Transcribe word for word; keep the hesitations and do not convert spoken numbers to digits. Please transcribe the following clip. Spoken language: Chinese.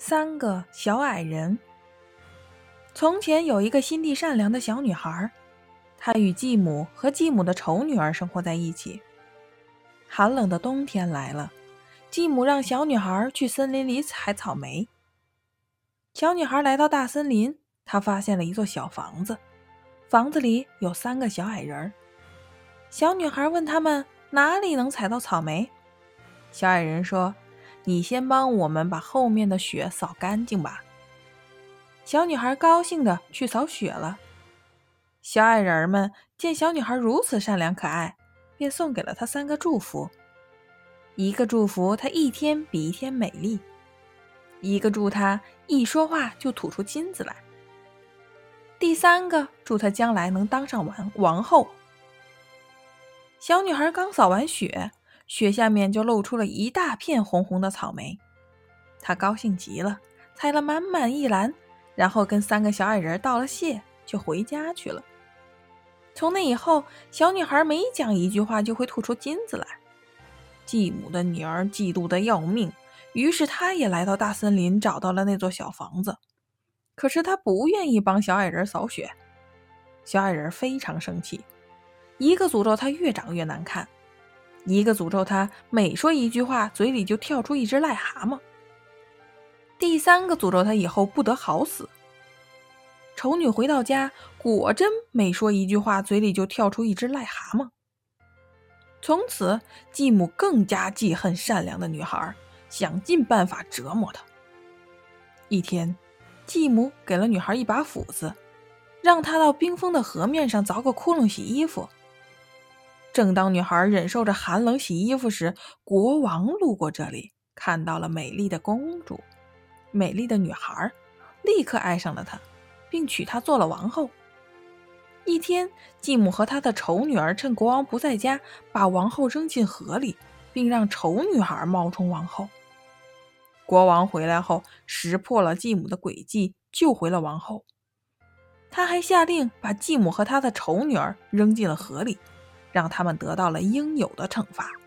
三个小矮人。从前有一个心地善良的小女孩，她与继母和继母的丑女儿生活在一起。寒冷的冬天来了，继母让小女孩去森林里采草莓。小女孩来到大森林，她发现了一座小房子，房子里有三个小矮人。小女孩问他们哪里能采到草莓。小矮人说：你先帮我们把后面的雪扫干净吧。小女孩高兴地去扫雪了。小矮人们见小女孩如此善良可爱，便送给了她三个祝福。一个祝福她一天比一天美丽，一个祝她一说话就吐出金子来，第三个祝她将来能当上王王后。小女孩刚扫完雪，雪下面就露出了一大片红红的草莓。她高兴极了，采了满满一篮，然后跟三个小矮人道了谢，就回家去了。从那以后，小女孩每讲一句话就会吐出金子来。继母的女儿嫉妒得要命，于是她也来到大森林，找到了那座小房子。可是她不愿意帮小矮人扫雪。小矮人非常生气，一个诅咒她越长越难看，一个诅咒她每说一句话嘴里就跳出一只癞蛤蟆，第三个诅咒她以后不得好死。丑女回到家，果真每说一句话嘴里就跳出一只癞蛤蟆。从此继母更加记恨善良的女孩，想尽办法折磨她。一天，继母给了女孩一把斧子，让她到冰封的河面上凿个窟窿洗衣服。正当女孩忍受着寒冷洗衣服时，国王路过这里，看到了美丽的公主，美丽的女孩，立刻爱上了她，并娶她做了王后。一天，继母和她的丑女儿趁国王不在家，把王后扔进河里，并让丑女孩冒充王后。国王回来后，识破了继母的诡计，救回了王后。他还下令把继母和她的丑女儿扔进了河里，让他们得到了应有的惩罚。